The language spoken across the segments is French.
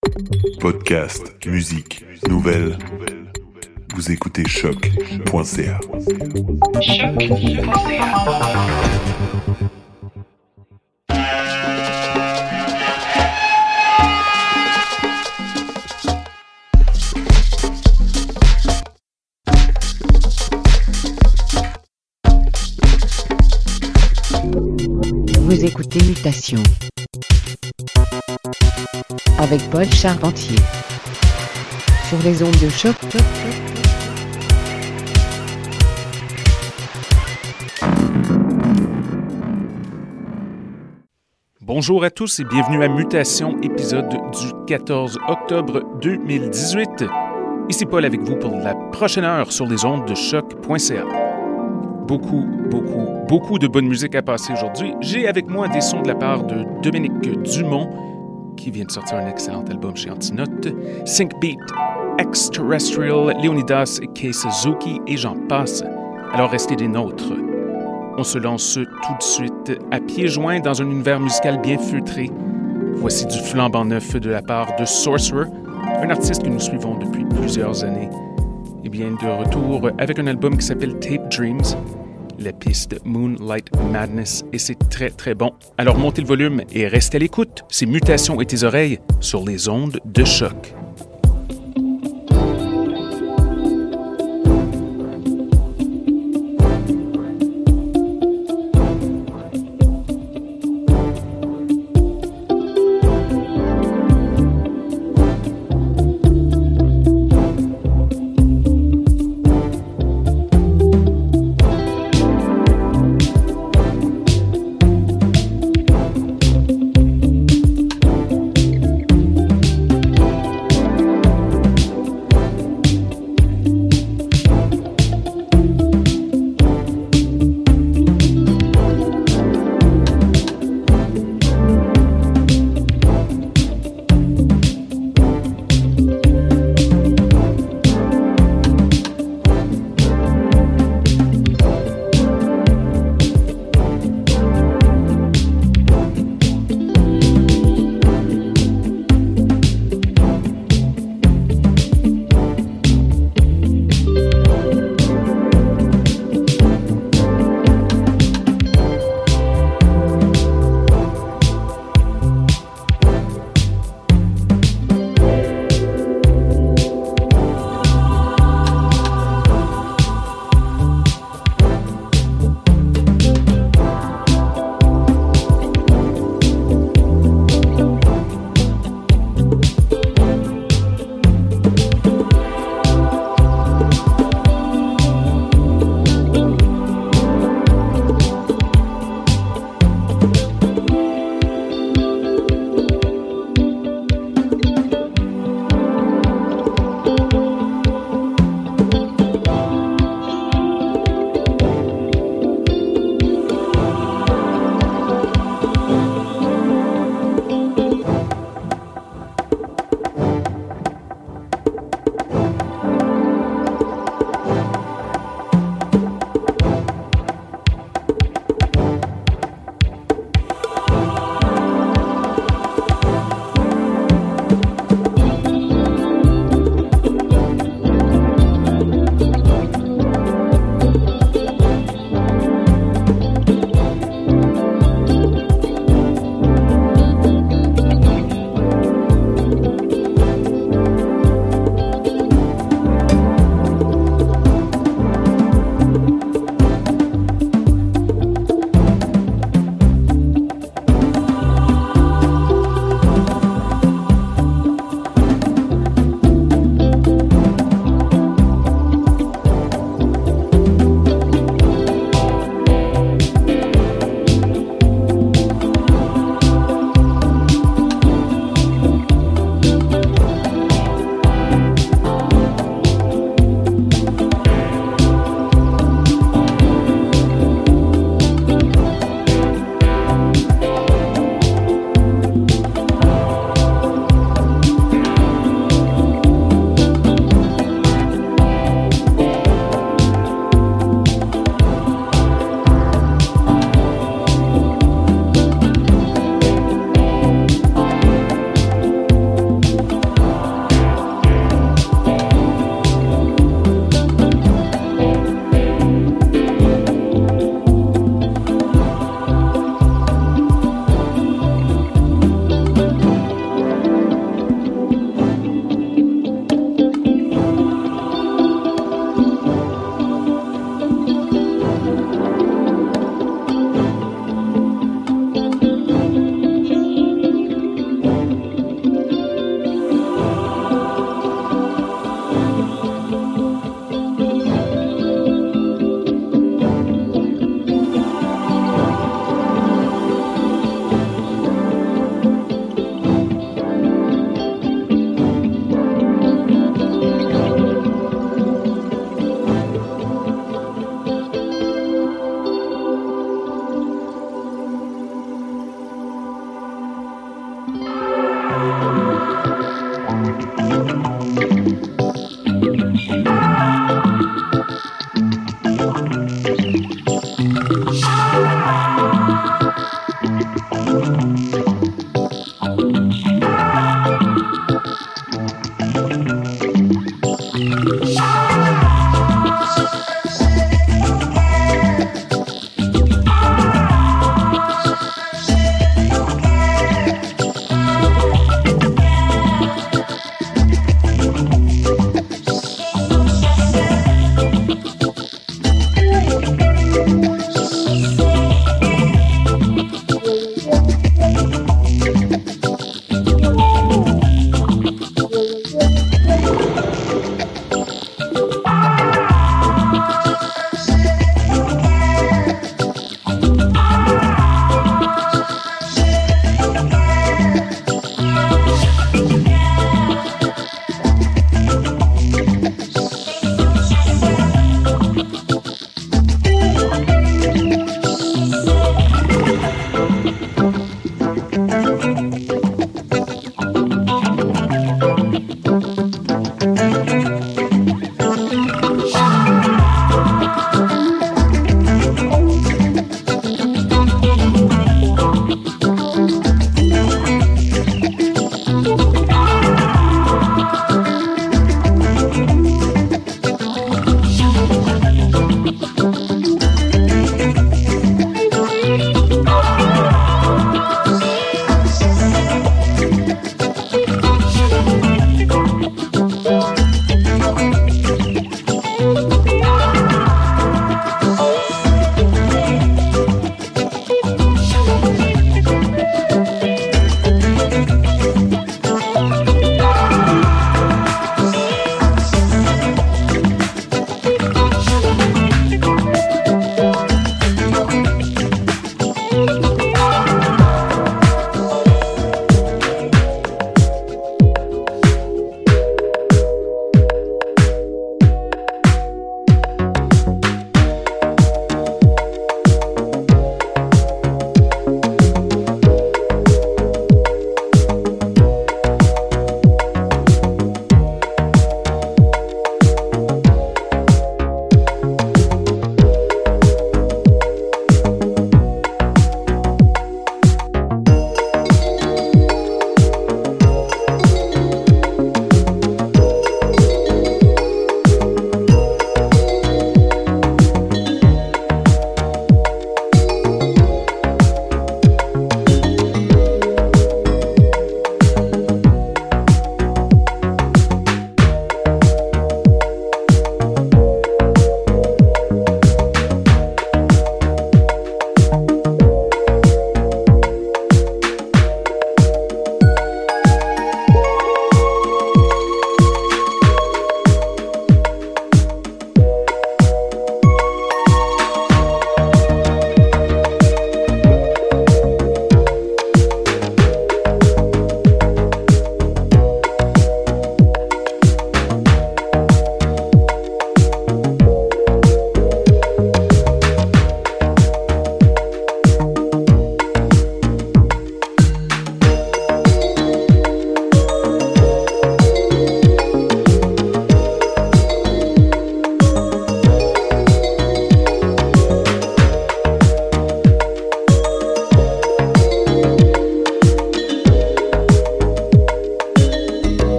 Podcast, musique, nouvelles. Vous écoutez choc.ca. Vous écoutez Mutation avec Paul Charpentier sur les ondes de choc. Bonjour à tous et bienvenue à Mutation, épisode du 14 octobre 2018. Ici Paul avec vous pour la prochaine heure sur les ondes de choc.ca. Beaucoup de bonne musique à passer aujourd'hui. J'ai avec moi des sons de la part de Dominique Dumont, qui vient de sortir un excellent album chez Antinote, Syncbeat, Extraterrestrial, Leonidas, Kei Suzuki et j'en passe. Alors restez des nôtres. On se lance tout de suite à pieds joints dans un univers musical bien feutré. Voici du flambant neuf de la part de Sorcerer, un artiste que nous suivons depuis plusieurs années. Et bien de retour avec un album qui s'appelle Tape Dreams, la piste Moonlight Madness, et c'est très bon. Alors montez le volume et restez à l'écoute. C'est Mutation et tes oreilles sur les ondes de choc.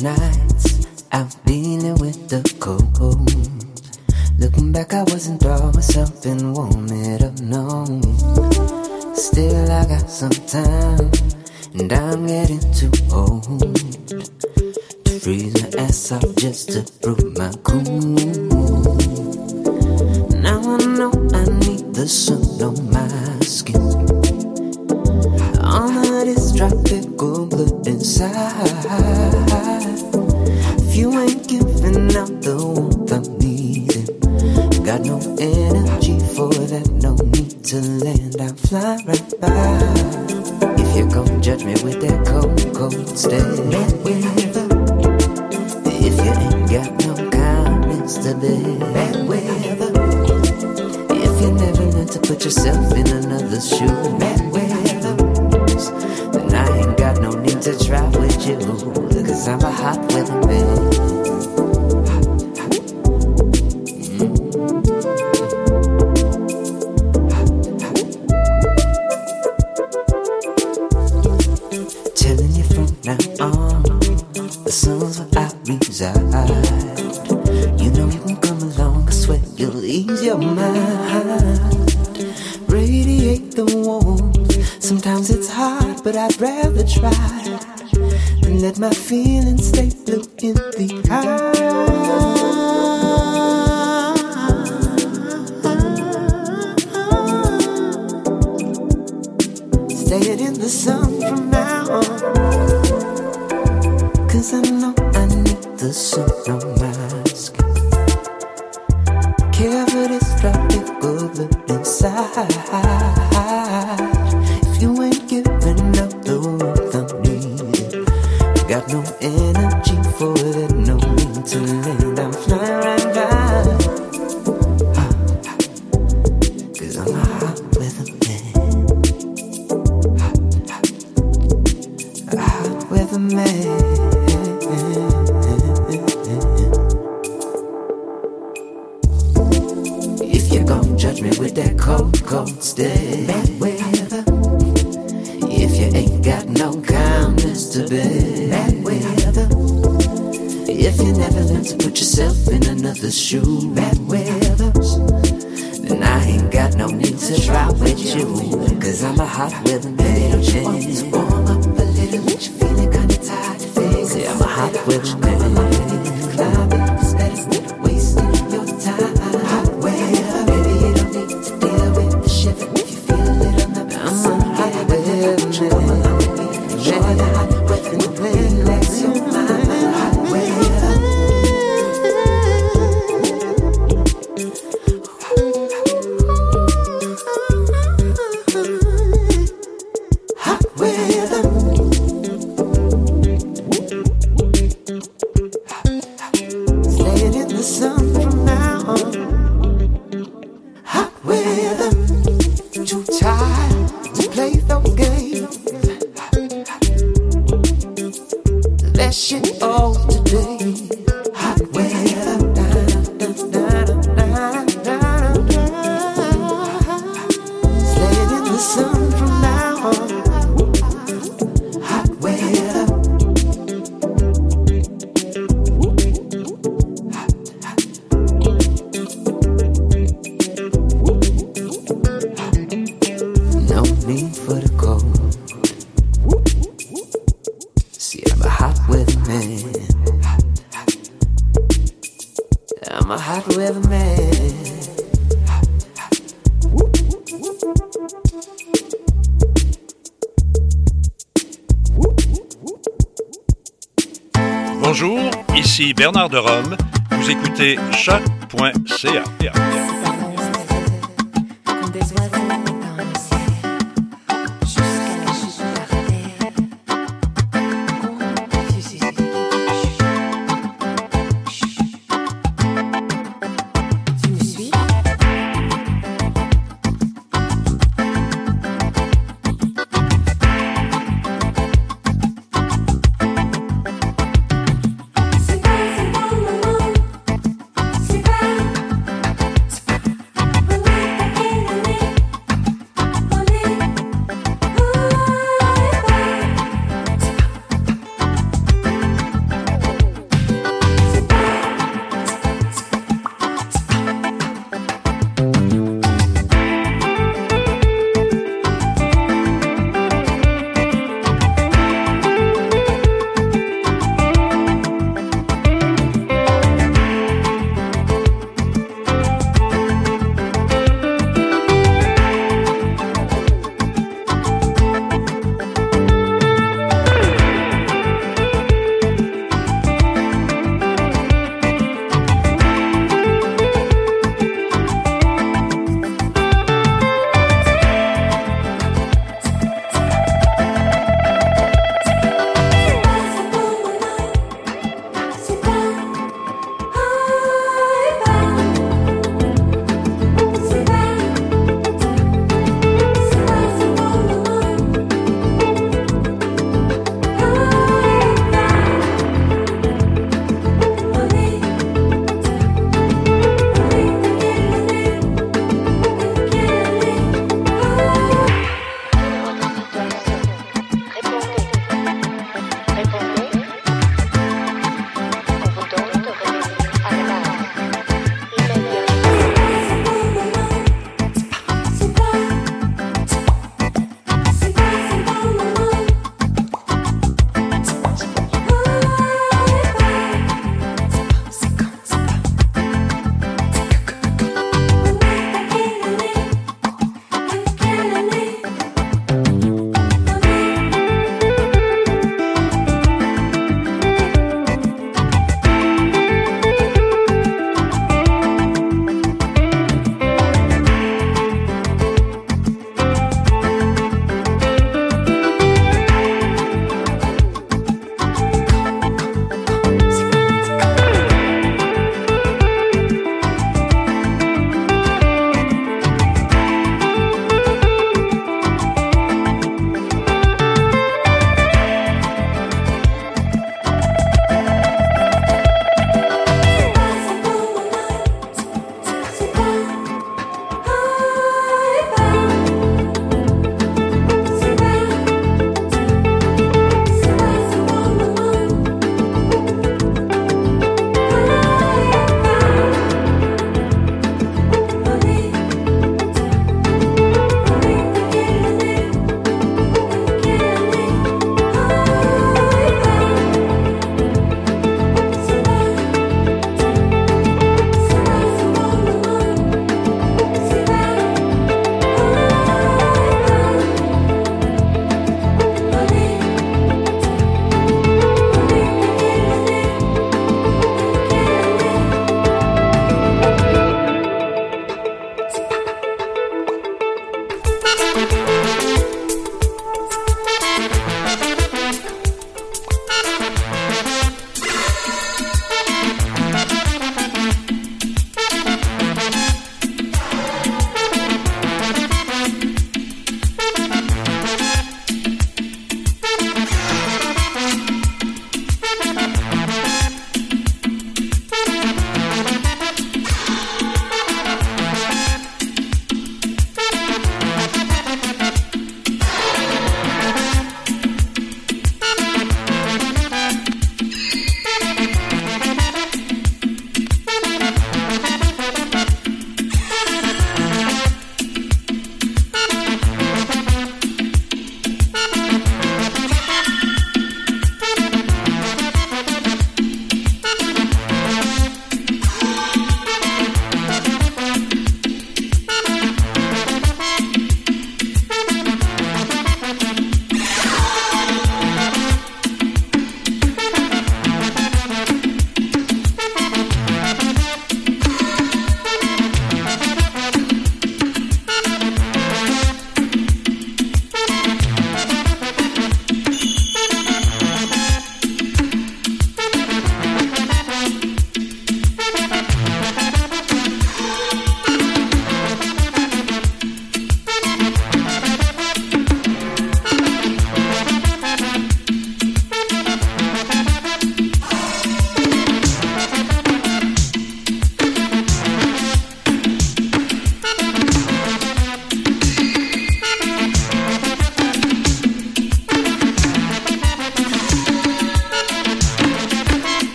Sleepless nights, out dealing with the cold. Looking back, I wasn't always helping warm it up, no. Still, I got some time, and I'm getting too old to freeze my ass off just to prove my cool. Now I know I need the sun on my skin. All of this tropical blood inside. If you ain't giving out the warmth I'm needing, got no energy for that, no need to land, I'll fly right by. If you're gon' judge me with that cold, cold stare, bad weather. If you ain't got no kindness to bear, bad weather. If you never learn to put yourself in another's shoe, bad weather, then I ain't got no need to try with you, cause I'm a hot weather man. Telling you from now on, the sun's where I reside. You know you can come along, I swear you'll ease your mind. Radiate the warmth. Sometimes it's hard, but I'd rather try than let my feelings stay blue in the eye. Staying in the sun from now on, cause I know I need the sun on my skin. Care for this tropical blood inside. If you ain't giving up the warmth I'm needing, got no energy for that, no need to land, I'm flying right by. Cause I'm a hot weather man. A hot weather man. If you're gon' judge me with that cold, cold stare, bad weather. If you ain't got no kindness to bear, bad weather. If you never learn to put yourself in another's shoe, bad weather, then I ain't got no need to try with you, cause I'm a hot weather man. Don't you want to warm up a little, but you feeling kinda tired to face it. I'm a hot weather man. Climbing, instead of wasting your time. Hot weather, baby, you don't need to deal with the shiver if you feel a little numb. I'm a hot weather man. Enjoy the hot weather and relax your mind. Hot weather. Hot weather. Staying in the sun from now on. Hot weather. Too tired to play those games. That shit all today. Hot weather. Staying in the sun from now on. Hot weather. No need for the cold. See, I'm a hot weather man. I'm a hot weather man. Bonjour, ici Bernard de Rome. Vous écoutez choc.ca. C'est pas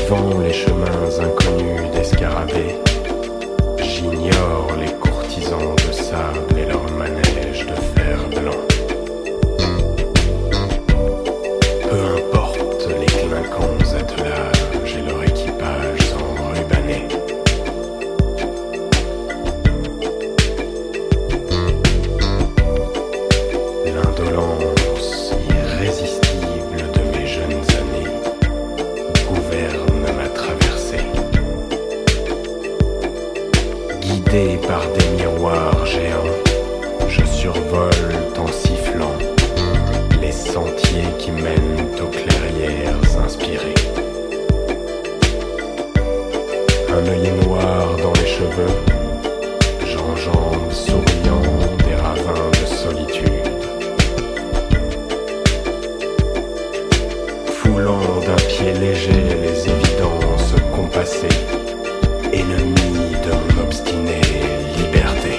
suivant les chemins inconnus des scarabées, j'ignore les courtisans de sable et leurs manèges de fer blanc. Peu importe les clinquants attelages et leur équipage enrubanné. L'indolence irrésistible de mes jeunes années gouverne ma traversée. Guidé par des miroirs géants, je survole en sifflant les sentiers qui mènent aux clairières inspirées. Un œillet noir dans les cheveux, j'enjambe souriant des ravins de solitude. Foulant d'un pied léger les évidences compassées, ennemi de mon obstinée liberté.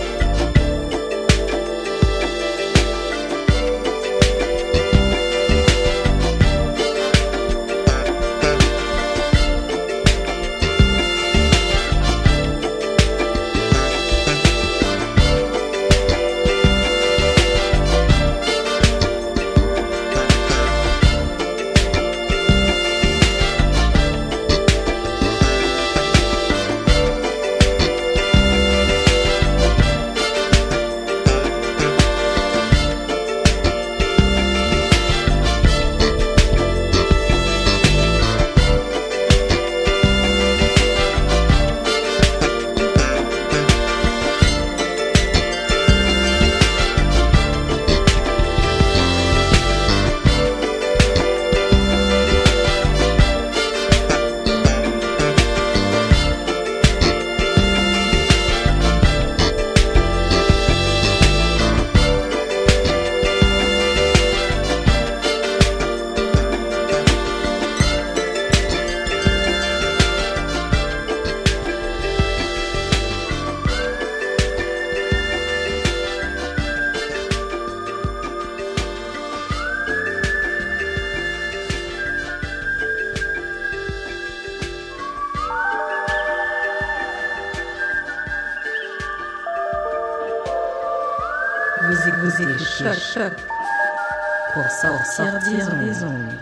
Vous écoutez Choc pour sortir des ondes.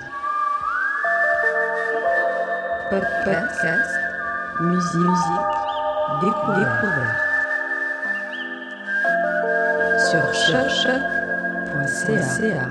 Podcast, musique, découverte. Sur choc.ca.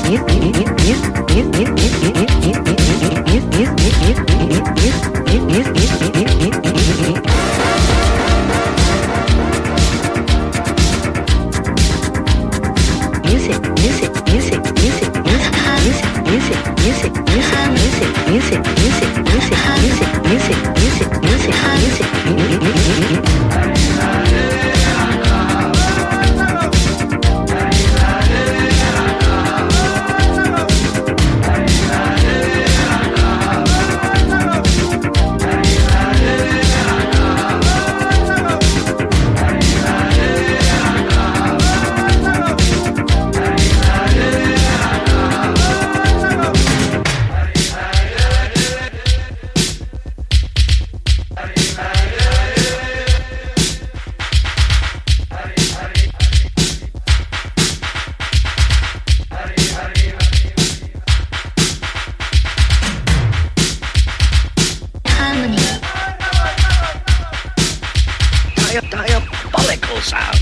Diabolical sound.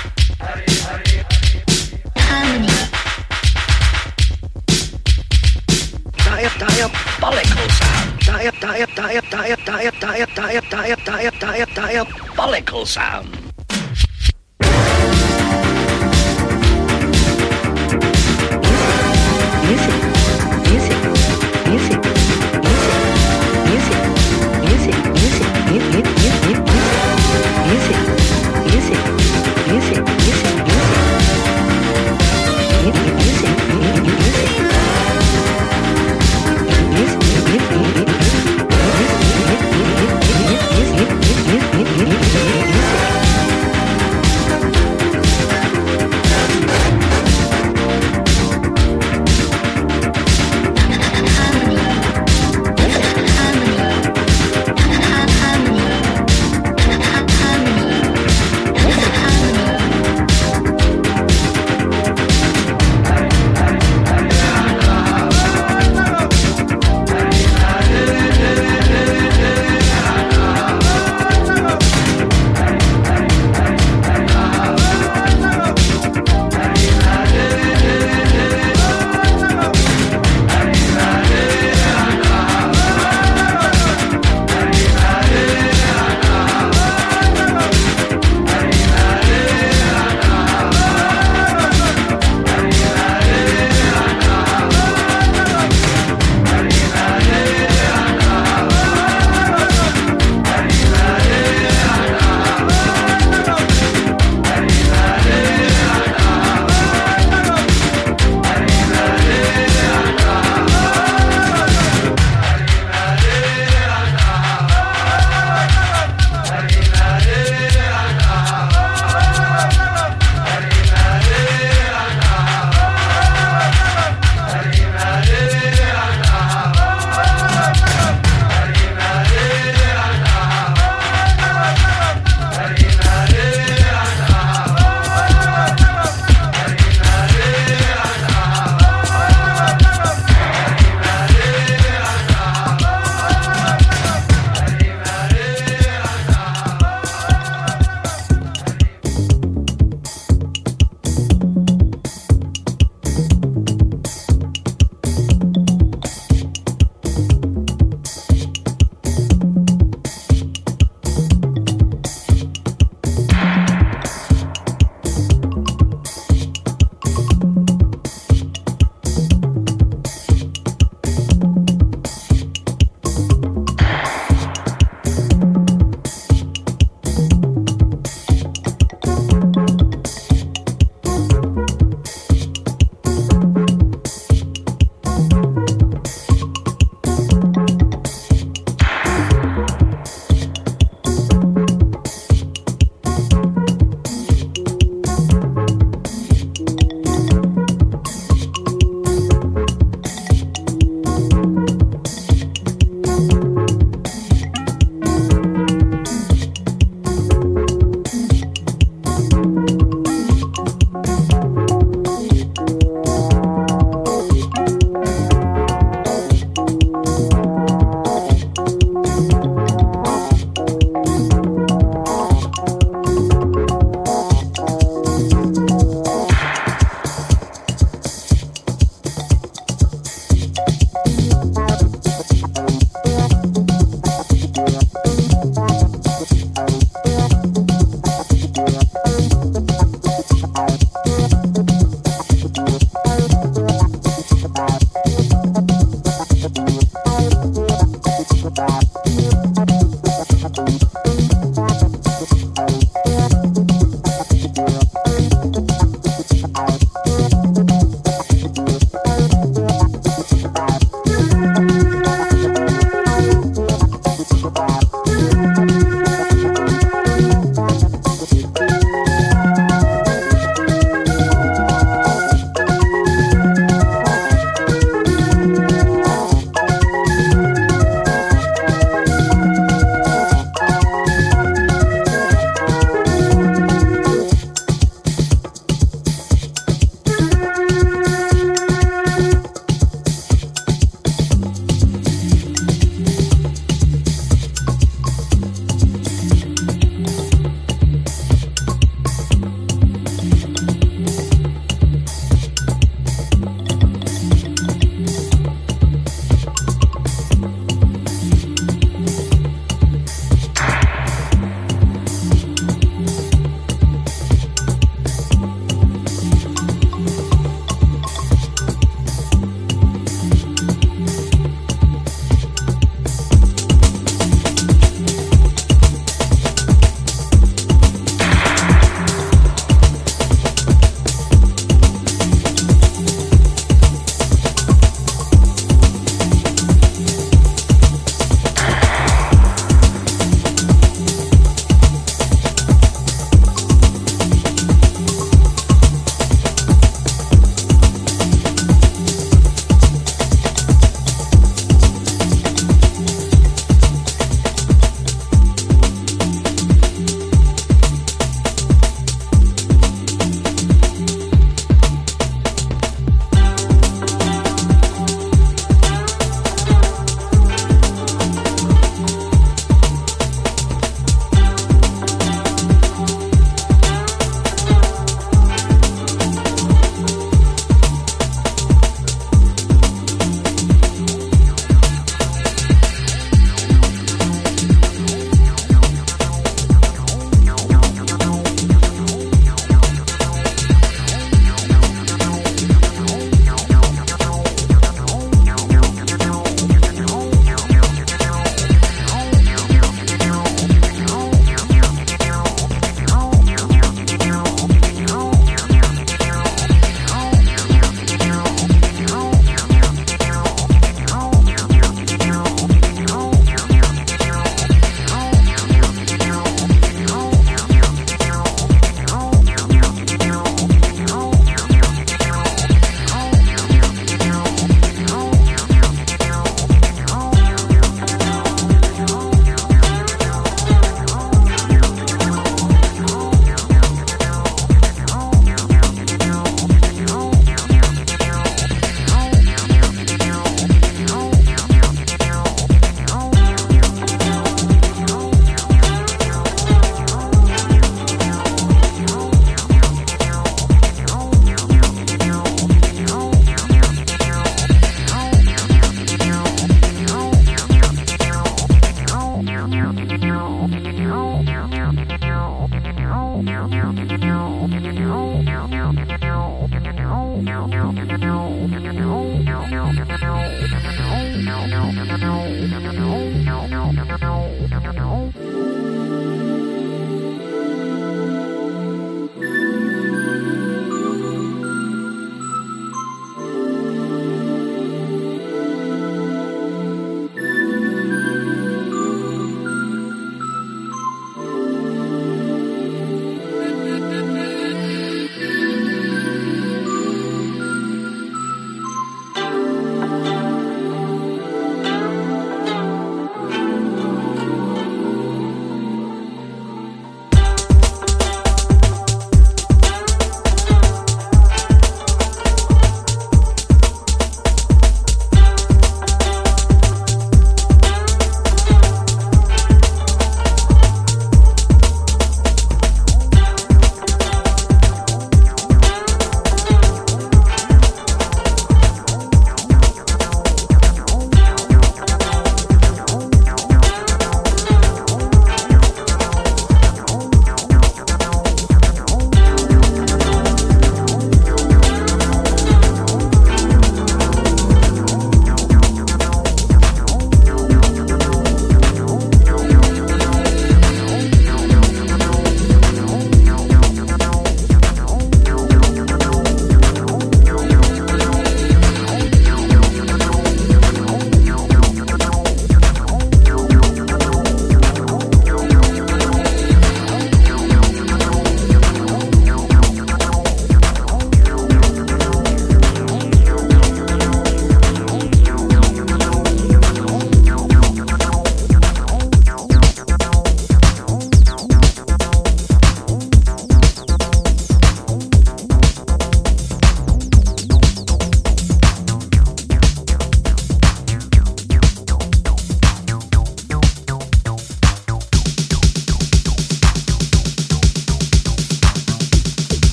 Harmony. Diabolical sound. Diabolical sound.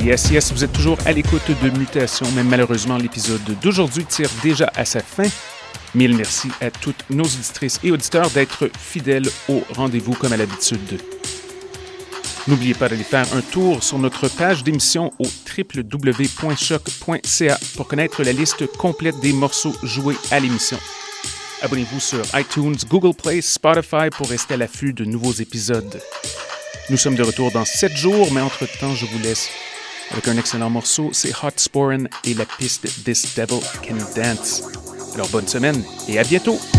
Yes, vous êtes toujours à l'écoute de Mutation, mais malheureusement, l'épisode d'aujourd'hui tire déjà à sa fin. Mille merci à toutes nos auditrices et auditeurs d'être fidèles au rendez-vous comme à l'habitude. N'oubliez pas d'aller faire un tour sur notre page d'émission au www.choc.ca pour connaître la liste complète des morceaux joués à l'émission. Abonnez-vous sur iTunes, Google Play, Spotify pour rester à l'affût de nouveaux épisodes. Nous sommes de retour dans 7 jours, mais entre-temps, je vous laisse avec un excellent morceau, c'est Hot Sporen et la piste This Devil Can Dance. Alors bonne semaine et à bientôt!